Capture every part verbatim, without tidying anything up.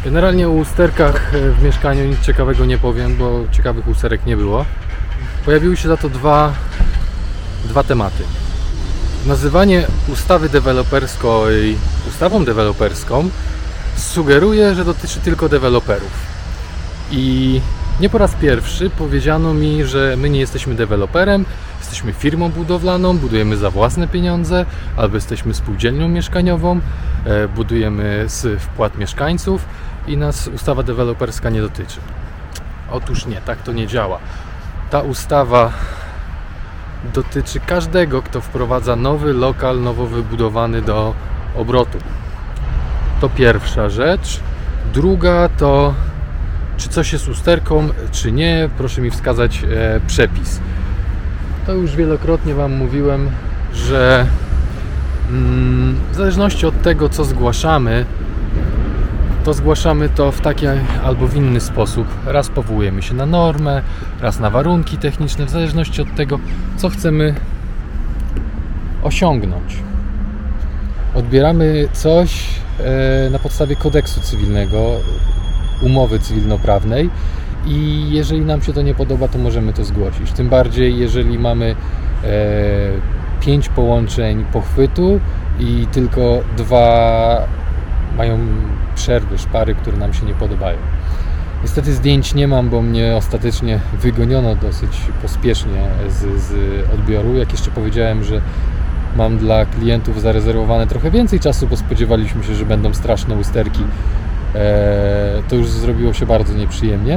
Generalnie o usterkach w mieszkaniu nic ciekawego nie powiem, bo ciekawych usterek nie było. Pojawiły się za to dwa, dwa tematy. Nazywanie ustawy deweloperskiej ustawą deweloperską sugeruje, że dotyczy tylko deweloperów. I nie po raz pierwszy powiedziano mi, że my nie jesteśmy deweloperem, jesteśmy firmą budowlaną, budujemy za własne pieniądze, albo jesteśmy spółdzielnią mieszkaniową, budujemy z wpłat mieszkańców i nas ustawa deweloperska nie dotyczy. Otóż nie, tak to nie działa. Ta ustawa dotyczy każdego, kto wprowadza nowy lokal, nowo wybudowany do obrotu. To pierwsza rzecz. Druga to, czy coś jest usterką, czy nie, proszę mi wskazać e, przepis. To już wielokrotnie Wam mówiłem, że mm, w zależności od tego, co zgłaszamy, to zgłaszamy to w taki albo w inny sposób. Raz powołujemy się na normę, raz na warunki techniczne, w zależności od tego, co chcemy osiągnąć. Odbieramy coś e, na podstawie kodeksu cywilnego, umowy cywilnoprawnej i jeżeli nam się to nie podoba, to możemy to zgłosić. Tym bardziej, jeżeli mamy e, pięć połączeń pochwytu i tylko dwa mają przerwy, szpary, które nam się nie podobają. Niestety zdjęć nie mam, bo mnie ostatecznie wygoniono dosyć pospiesznie z, z odbioru. Jak jeszcze powiedziałem, że mam dla klientów zarezerwowane trochę więcej czasu, bo spodziewaliśmy się, że będą straszne usterki, e, to już zrobiło się bardzo nieprzyjemnie.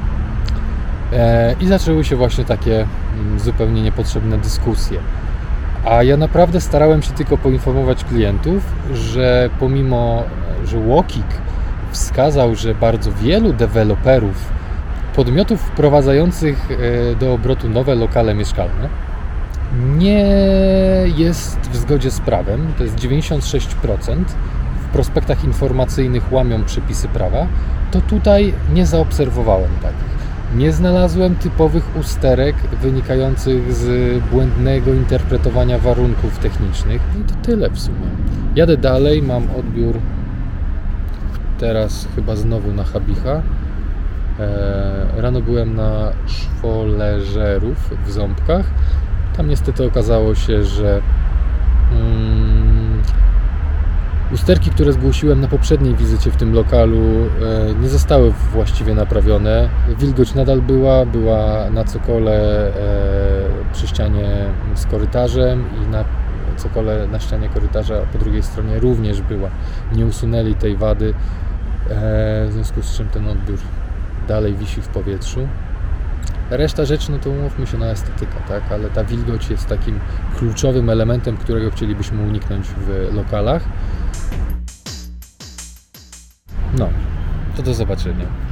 E, I zaczęły się właśnie takie m, zupełnie niepotrzebne dyskusje. A ja naprawdę starałem się tylko poinformować klientów, że pomimo, że UOKiK wskazał, że bardzo wielu deweloperów, podmiotów wprowadzających do obrotu nowe lokale mieszkalne nie jest w zgodzie z prawem, to jest dziewięćdziesiąt sześć procent, w prospektach informacyjnych łamią przepisy prawa, to tutaj nie zaobserwowałem takich. Nie znalazłem typowych usterek wynikających z błędnego interpretowania warunków technicznych. I to tyle w sumie. Jadę dalej, mam odbiór teraz chyba znowu na Habicha. Rano byłem na Szwoleżerów w Ząbkach. Tam niestety okazało się, że hmm, usterki, które zgłosiłem na poprzedniej wizycie w tym lokalu, nie zostały właściwie naprawione. Wilgoć nadal była, była na cokole przy ścianie z korytarzem i na cokole na ścianie korytarza po drugiej stronie również była. Nie usunęli tej wady, w związku z czym ten odbiór dalej wisi w powietrzu. Reszta rzeczy, no to umówmy się na estetykę, tak? Ale ta wilgoć jest takim kluczowym elementem, którego chcielibyśmy uniknąć w lokalach. No, to do zobaczenia.